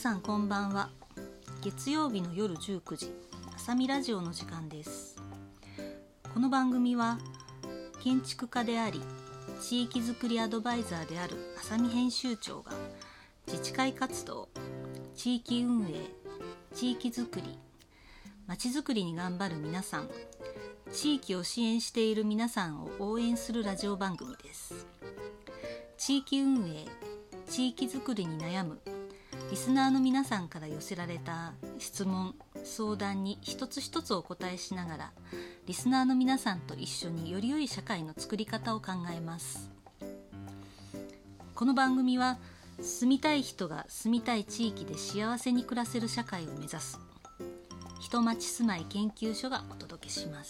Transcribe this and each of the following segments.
さんこんばんは。月曜日の夜19時、あさみラジオの時間です。この番組は建築家であり地域づくりアドバイザーであるあさみ編集長が自治会活動、地域運営、地域づくり、まちづくりに頑張る皆さん、地域を支援している皆さんを応援するラジオ番組です。地域運営、地域づくりに悩むリスナーの皆さんから寄せられた質問、相談に一つ一つお答えしながら、リスナーの皆さんと一緒により良い社会の作り方を考えます。この番組は住みたい人が住みたい地域で幸せに暮らせる社会を目指す人まち住まい研究所がお届けします。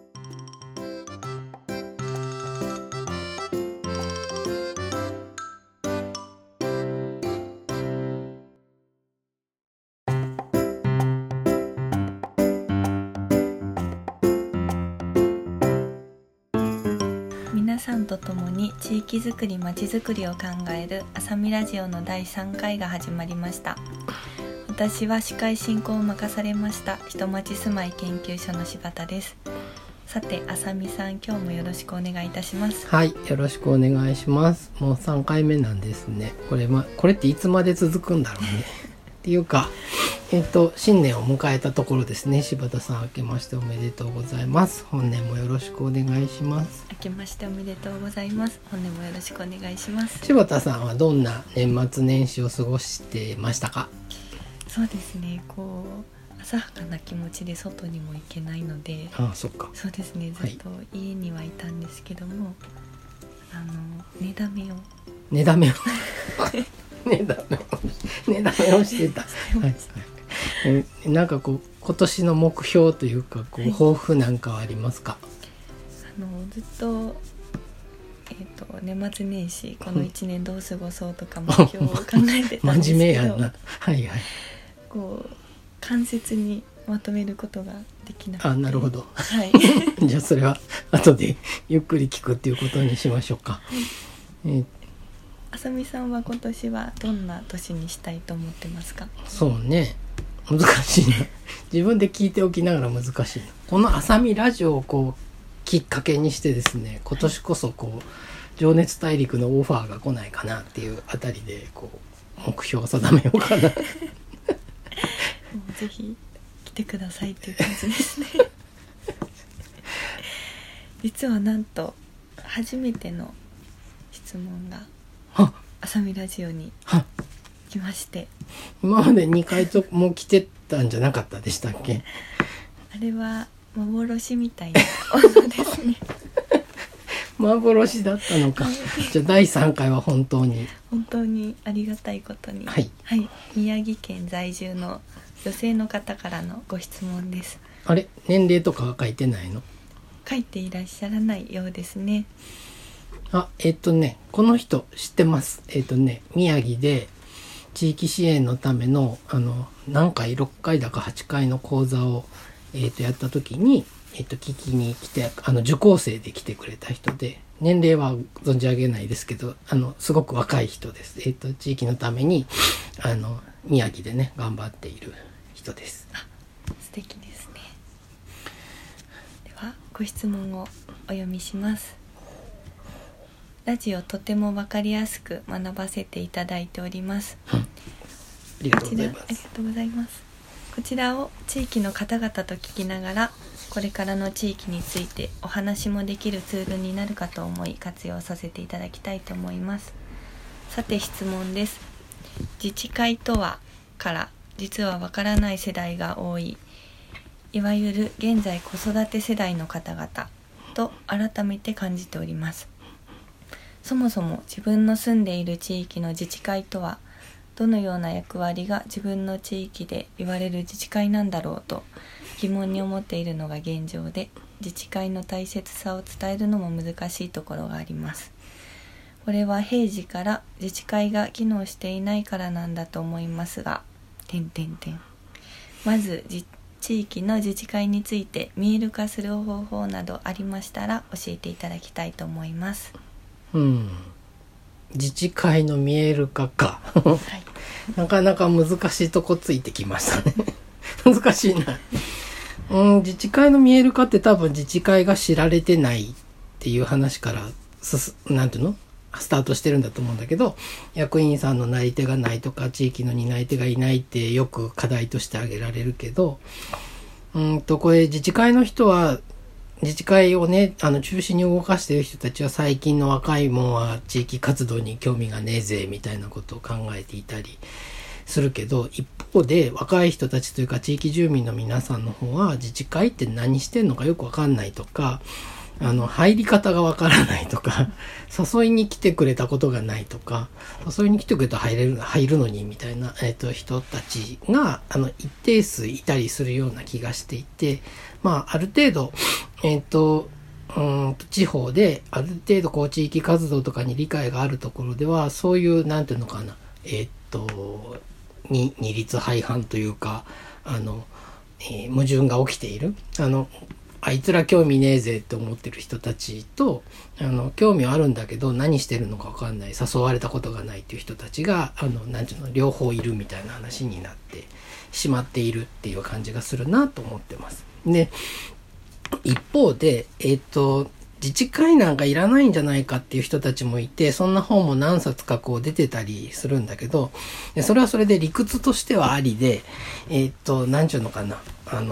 皆さんと共に地域づくりまちづくりを考えるあさみラジオの第3回が始まりました。私は司会進行を任されました人まち住まい研究所の柴田です。さてあさみさん、今日もよろしくお願いいたします。 はい、よろしくお願いします。もう3回目なんですね。これっていつまで続くんだろうねっていうか新年を迎えたところですね。柴田さん、明けましておめでとうございます。本年もよろしくお願いします。 明けましておめでとうございます。本年もよろしくお願いします。 柴田さんはどんな年末年始を過ごしてましたか？ そうですね、浅はかな気持ちで外にも行けないので、 そっか。 そうですね、ずっと家にはいたんですけども、寝だめを寝だめをしてた。なんか今年の目標というか抱負なんかはありますか？ ずっと、年末年始この1年どう過ごそうとか目標を考えてたんですけど真面目やな。はいはい。 間接にまとめることができなくて。 なるほど。 はい。 じゃあそれは後でゆっくり聞くっていうことにしましょうか。 あさみさんは今年はどんな年にしたいと思ってますか？ そうね、難しいな。自分で聞いておきながら難しいな。このあさみラジオをきっかけにしてですね、今年こそ情熱大陸のオファーが来ないかなっていうあたりで目標を定めようかな。 もうぜひ来てくださいっていう感じですね。実はなんと初めての質問があさみラジオに来まして、 今まで2回とも来てたんじゃなかったでしたっけ？ あれは幻みたいな音ですね。 幻だったのか。じゃあ第3回は本当にありがたいことに、 はい、 宮城県在住の女性の方からのご質問です。 あれ、年齢とかは書いてないの？ 書いていらっしゃらないようですね。 この人知ってます。宮城で地域支援のための何回6回だか8回の講座をやった時に聞きに来て受講生で来てくれた人で、年齢は存じ上げないですけどすごく若い人です。地域のために宮城でね頑張っている人です。 素敵ですね。ではご質問をお読みします。ラジオとても分かりやすく学ばせていただいております。 ありがとうございます。 ありがとうございます。こちらを地域の方々と聞きながら、これからの地域についてお話もできるツールになるかと思い活用させていただきたいと思います。さて質問です。自治会とはから実はわからない世代が多い、いわゆる現在子育て世代の方々と改めて感じております。そもそも自分の住んでいる地域の自治会とはどのような役割が自分の地域で言われる自治会なんだろうと疑問に思っているのが現状で、自治会の大切さを伝えるのも難しいところがあります。これは平時から自治会が機能していないからなんだと思いますが、まず地域の自治会について見える化する方法などありましたら教えていただきたいと思います。 自治会の見える化か。 なかなか難しいとこついてきましたね難しいな。自治会の見える化って多分自治会が知られてないっていう話からなんていうのスタートしてるんだと思うんだけど、役員さんのなり手がないとか地域の担い手がいないってよく課題として挙げられるけど、これ自治会の人は自治会をね中心に動かしている人たちは最近の若いもんは地域活動に興味がねえぜみたいなことを考えていたりするけど、一方で若い人たちというか地域住民の皆さんの方は自治会って何してんのかよくわかんないとか、入り方がわからないとか誘いに来てくれたことがないとか、誘いに来てくれたら入るのにみたいな、人たちが一定数いたりするような気がしていて、ある程度地方である程度こう地域活動とかに理解があるところではそういうなんていうのかな二律背反というか矛盾が起きているあいつら興味ねえぜって思ってる人たちと興味はあるんだけど何してるのか分かんない誘われたことがないっていう人たちがなんていうの両方いるみたいな話になってしまっているっていう感じがするなと思ってます。で一方で自治会なんかいらないんじゃないかっていう人たちもいて、そんな本も何冊かこう出てたりするんだけど、それはそれで理屈としてはありで、なんちゅうのかな、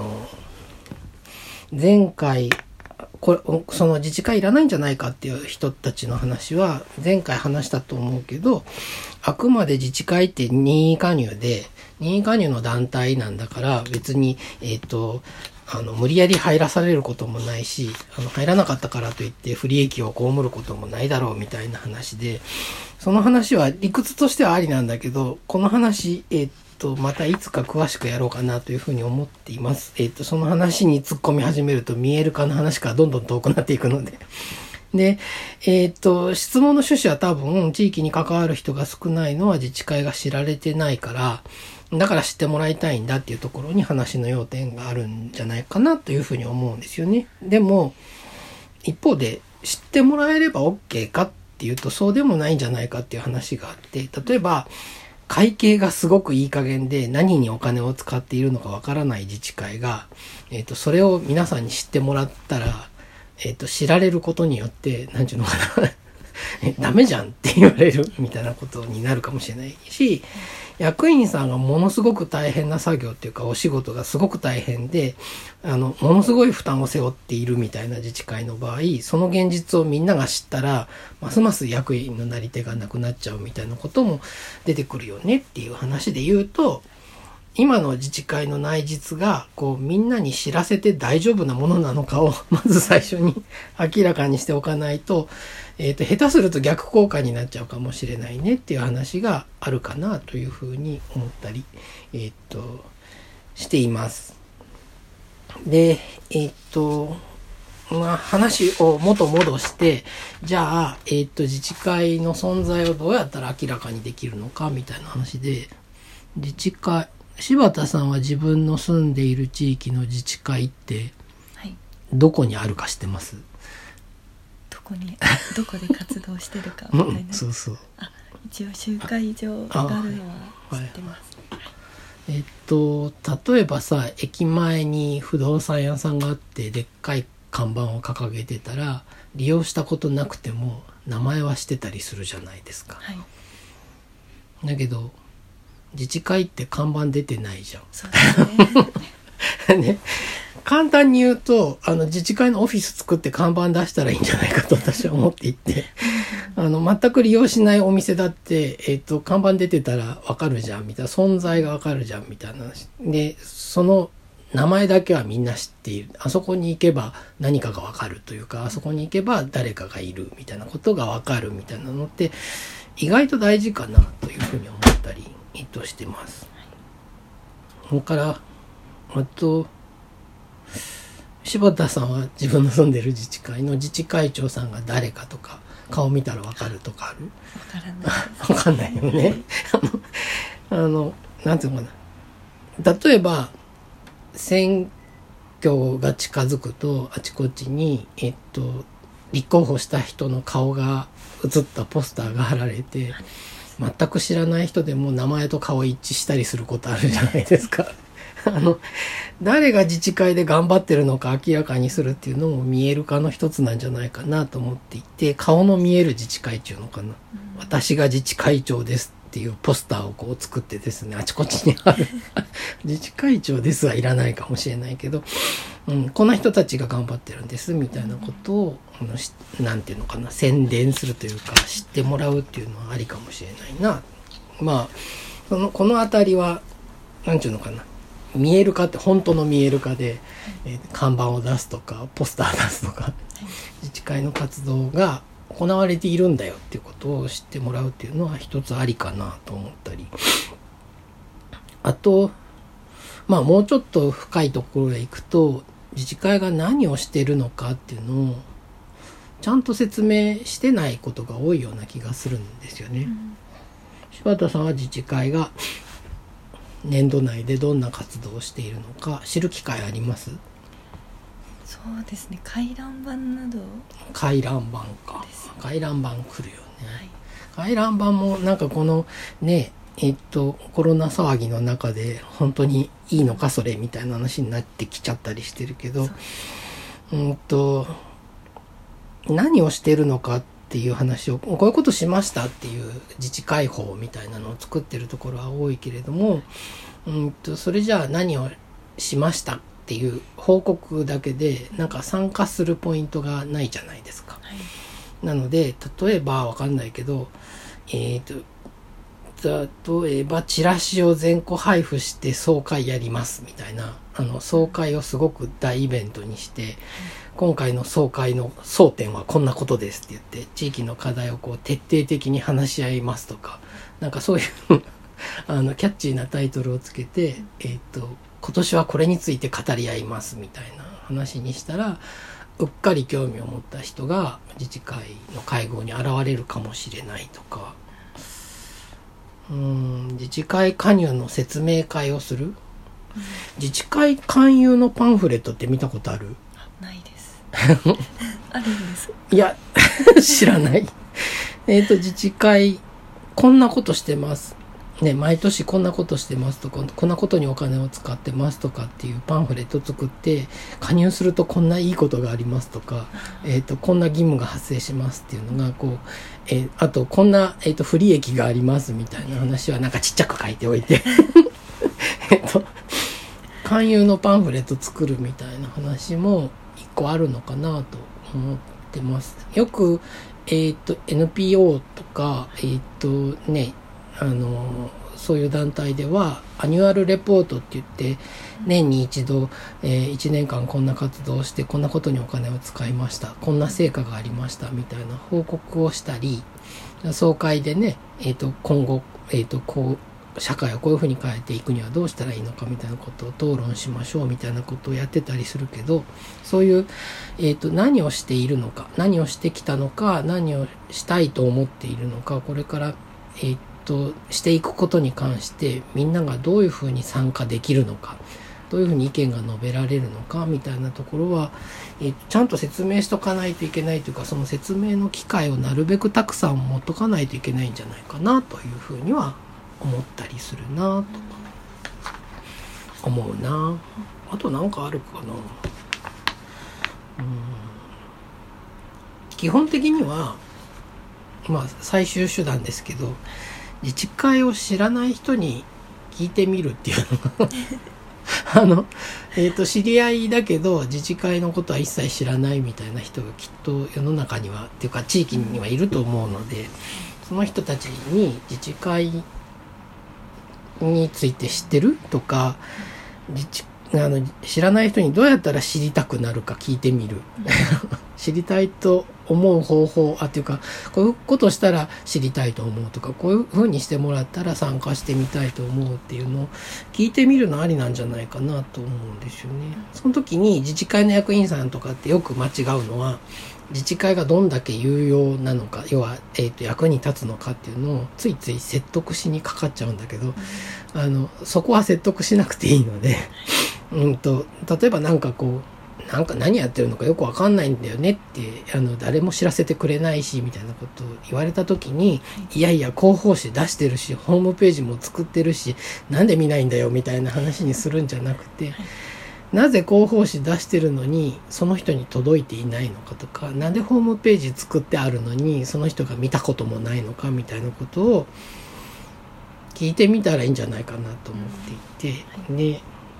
前回、その自治会いらないんじゃないかっていう人たちの話は前回話したと思うけど、あくまで自治会って任意加入で、任意加入の団体なんだから別に、無理やり入らされることもないし、入らなかったからといって不利益を被ることもないだろうみたいな話で、その話は理屈としてはありなんだけど、この話、またいつか詳しくやろうかなというふうに思っています。その話に突っ込み始めると見える化の話からどんどん遠くなっていくので。で、質問の趣旨は多分地域に関わる人が少ないのは自治会が知られてないから、だから知ってもらいたいんだっていうところに話の要点があるんじゃないかなというふうに思うんですよね。でも一方で知ってもらえれば OK かっていうとそうでもないんじゃないかっていう話があって、例えば会計がすごくいい加減で何にお金を使っているのかわからない自治会が、それを皆さんに知ってもらったら、知られることによってなんていうのかなダメじゃんって言われるみたいなことになるかもしれないし、役員さんがものすごく大変な作業っていうかお仕事がすごく大変でものすごい負担を背負っているみたいな自治会の場合、その現実をみんなが知ったらますます役員のなり手がなくなっちゃうみたいなことも出てくるよねっていう話で言うと、今の自治会の内実がこうみんなに知らせて大丈夫なものなのかをまず最初に明らかにしておかないと、下手すると逆効果になっちゃうかもしれないねっていう話があるかなというふうに思ったり、しています。で、話を元戻して、じゃあ、自治会の存在をどうやったら明らかにできるのかみたいな話で、自治会、柴田さんは自分の住んでいる地域の自治会ってどこにあるか知ってます？ どこで活動してるかみたいな。 そうそう。 一応集会場があるのは知ってます。 例えばさ、駅前に不動産屋さんがあってでっかい看板を掲げてたら利用したことなくても名前はしてたりするじゃないですか。だけど自治会って看板出てないじゃん。 そうですね。 ね、簡単に言うと自治会のオフィス作って看板出したらいいんじゃないかと私は思っていて全く利用しないお店だって、看板出てたら分かるじゃんみたいな、存在が分かるじゃんみたいなで、その名前だけはみんな知っている、あそこに行けば何かが分かるというか、あそこに行けば誰かがいるみたいなことが分かるみたいなのって意外と大事かなというふうに思ったりしてます。それから柴田さんは自分の住んでる自治会の自治会長さんが誰かとか顔見たら分かるとかある？分かんないよね。なんていうのかな、例えば選挙が近づくとあちこちに立候補した人の顔が写ったポスターが貼られて、 全く知らない人でも名前と顔一致したりすることあるじゃないですか。誰が自治会で頑張ってるのか明らかにするっていうのも見える化の一つなんじゃないかなと思っていて、顔の見える自治会っていうのかな、私が自治会長ですっていうポスターをこう作ってですね、あちこちにある自治会長ですはいらないかもしれないけど、こんな人たちが頑張ってるんですみたいなことをなんていうのかな、宣伝するというか知ってもらうっていうのはありかもしれないな。まあこの辺りはなんていうのかな、見える化って本当の見える化で、看板を出すとかポスター出すとか、自治会の活動が行われているんだよっていうことを知ってもらうっていうのは一つありかなと思ったり、あともうちょっと深いところへ行くと、自治会が何をしてるのかっていうのをちゃんと説明してないことが多いような気がするんですよね。柴田さんは自治会が年度内でどんな活動をしているのか知る機会あります？ そうですね、回覧板など。 回覧板か、回覧板来るよね、回覧板もなんかこのねコロナ騒ぎの中で本当にいいのかそれみたいな話になってきちゃったりしてるけど、何をしてるのかっていう話を、こういうことしましたっていう自治会報みたいなのを作ってるところは多いけれども、それじゃあ何をしましたっていう報告だけでなんか参加するポイントがないじゃないですか、なので例えばわかんないけど例えばチラシを全個配布して総会やりますみたいな、総会をすごく大イベントにして、今回の総会の争点はこんなことですって言って地域の課題をこう徹底的に話し合いますとか、なんかそういうキャッチーなタイトルをつけて、今年はこれについて語り合いますみたいな話にしたら、うっかり興味を持った人が自治会の会合に現れるかもしれないとか、自治会加入の説明会をする、自治会勧誘のパンフレットって見たことある？ ないですあるんです？ いや知らない自治会こんなことしてますね、毎年こんなことしてますとか、こんなことにお金を使ってますとかっていうパンフレットを作って、加入するとこんないいことがありますとか、こんな義務が発生しますっていうのがこう、あとこんな、不利益がありますみたいな話はなんかちっちゃく書いておいて勧誘のパンフレット作るみたいな話も一個あるのかなと思ってます。よく、NPO とかそういう団体ではアニュアルレポートって言って年に一度、1年間こんな活動をしてこんなことにお金を使いました、こんな成果がありましたみたいな報告をしたり、総会でね、今後、こう社会をこういうふうに変えていくにはどうしたらいいのかみたいなことを討論しましょうみたいなことをやってたりするけど、そういう、何をしているのか、何をしてきたのか、何をしたいと思っているのか、これからしていくことに関してみんながどういうふうに参加できるのか、どういうふうに意見が述べられるのかみたいなところは、ちゃんと説明しとかないといけないというか、その説明の機会をなるべくたくさん持っとかないといけないんじゃないかなというふうには思ったりするなと思うな。あとなんかあるかな。基本的には最終手段ですけど、自治会を知らない人に聞いてみるっていうのが知り合いだけど自治会のことは一切知らないみたいな人がきっと世の中にはっていうか地域にはいると思うので、その人たちに自治会について知ってるとか、知らない人にどうやったら知りたくなるか聞いてみる知りたいと思う方法っていうか、こういうことしたら知りたいと思うとか、こういうふうにしてもらったら参加してみたいと思うっていうのを聞いてみるのありなんじゃないかなと思うんですよね。その時に自治会の役員さんとかってよく間違うのは、自治会がどんだけ有用なのか、要は、役に立つのかっていうのをついつい説得しにかかっちゃうんだけど、そこは説得しなくていいので例えばなんかこうなんか何やってるのかよくわかんないんだよねって誰も知らせてくれないしみたいなことを言われた時に、いやいや広報誌出してるしホームページも作ってるしなんで見ないんだよみたいな話にするんじゃなくて、なぜ広報誌出してるのにその人に届いていないのかとか、なんでホームページ作ってあるのにその人が見たこともないのかみたいなことを聞いてみたらいいんじゃないかなと思っていて、で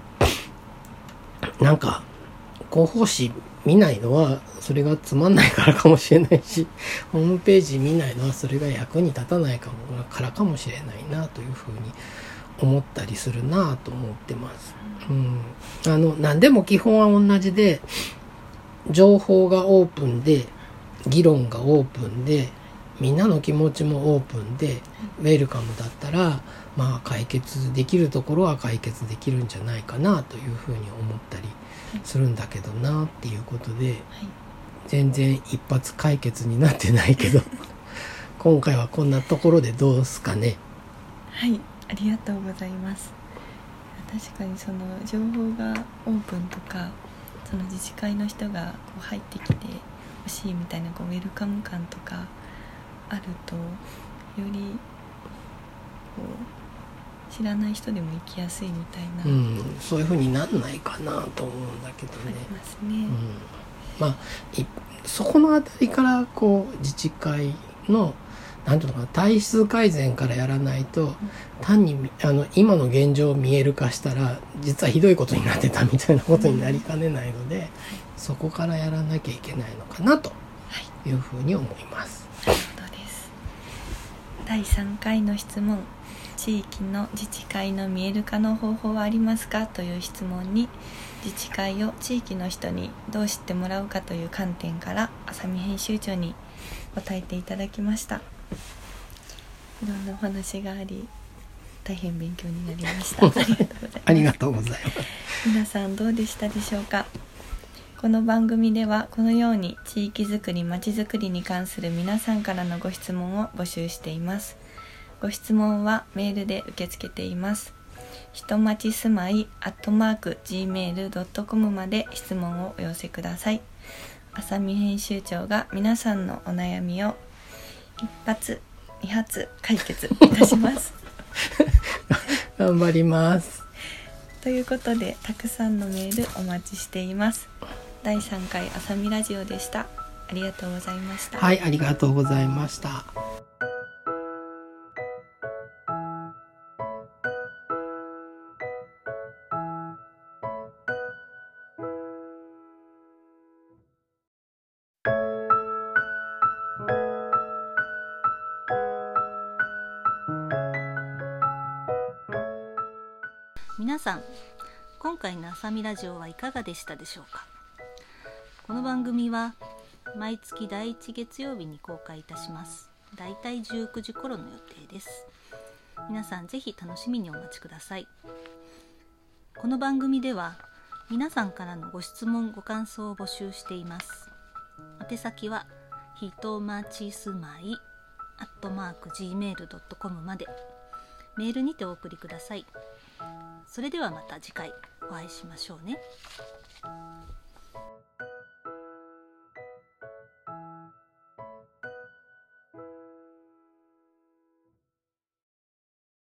なんか広報誌見ないのはそれがつまんないからかもしれないし、ホームページ見ないのはそれが役に立たないからかもしれないなというふうに思ったりするなと思ってます。何でも基本は同じで、情報がオープンで議論がオープンでみんなの気持ちもオープンでウェルカムだったら、まあ解決できるところは解決できるんじゃないかなというふうに思ったりするんだけどなっていうことで、全然一発解決になってないけど今回はこんなところでどうですかね。 はい、ありがとうございます。確かにその情報がオープンとか、その自治会の人がこう入ってきてほしいみたいなこうウェルカム感とかあると、よりこう知らない人でも行きやすいみたいな、 そういう風になんないかなと思うんだけどね。 ありますね。 まあそこのあたりからこう自治会のなんていうのかな、体質改善からやらないと、単に今の現状を見える化したら実はひどいことになってたみたいなことになりかねないので、そこからやらなきゃいけないのかなというふうに思います。 なるほどです。第3回の質問、地域の自治会の見える化の方法はありますかという質問に、自治会を地域の人にどう知ってもらうかという観点から浅見編集長に答えていただきました。いろんなお話があり大変勉強になりましたありがとうございます。 皆さんどうでしたでしょうか。この番組ではこのように地域づくりまちづくりに関する皆さんからのご質問を募集しています。ご質問はメールで受け付けています。ひとまちすまい@gmail.com まで質問をお寄せください。浅見編集長が皆さんのお悩みを一発二発解決いたします頑張ります。 ということで、たくさんのメールお待ちしています。第3回浅見ラジオでした。ありがとうございました。 はい、ありがとうございました。 皆さん、今回の浅見ラジオはいかがでしたでしょうか。この番組は毎月第1月曜日に公開いたします。だいたい19時頃の予定です。皆さんぜひ楽しみにお待ちください。この番組では皆さんからのご質問ご感想を募集しています。宛先はひとまちすまい@gmail.com までメールにてお送りください。それではまた次回お会いしましょうね。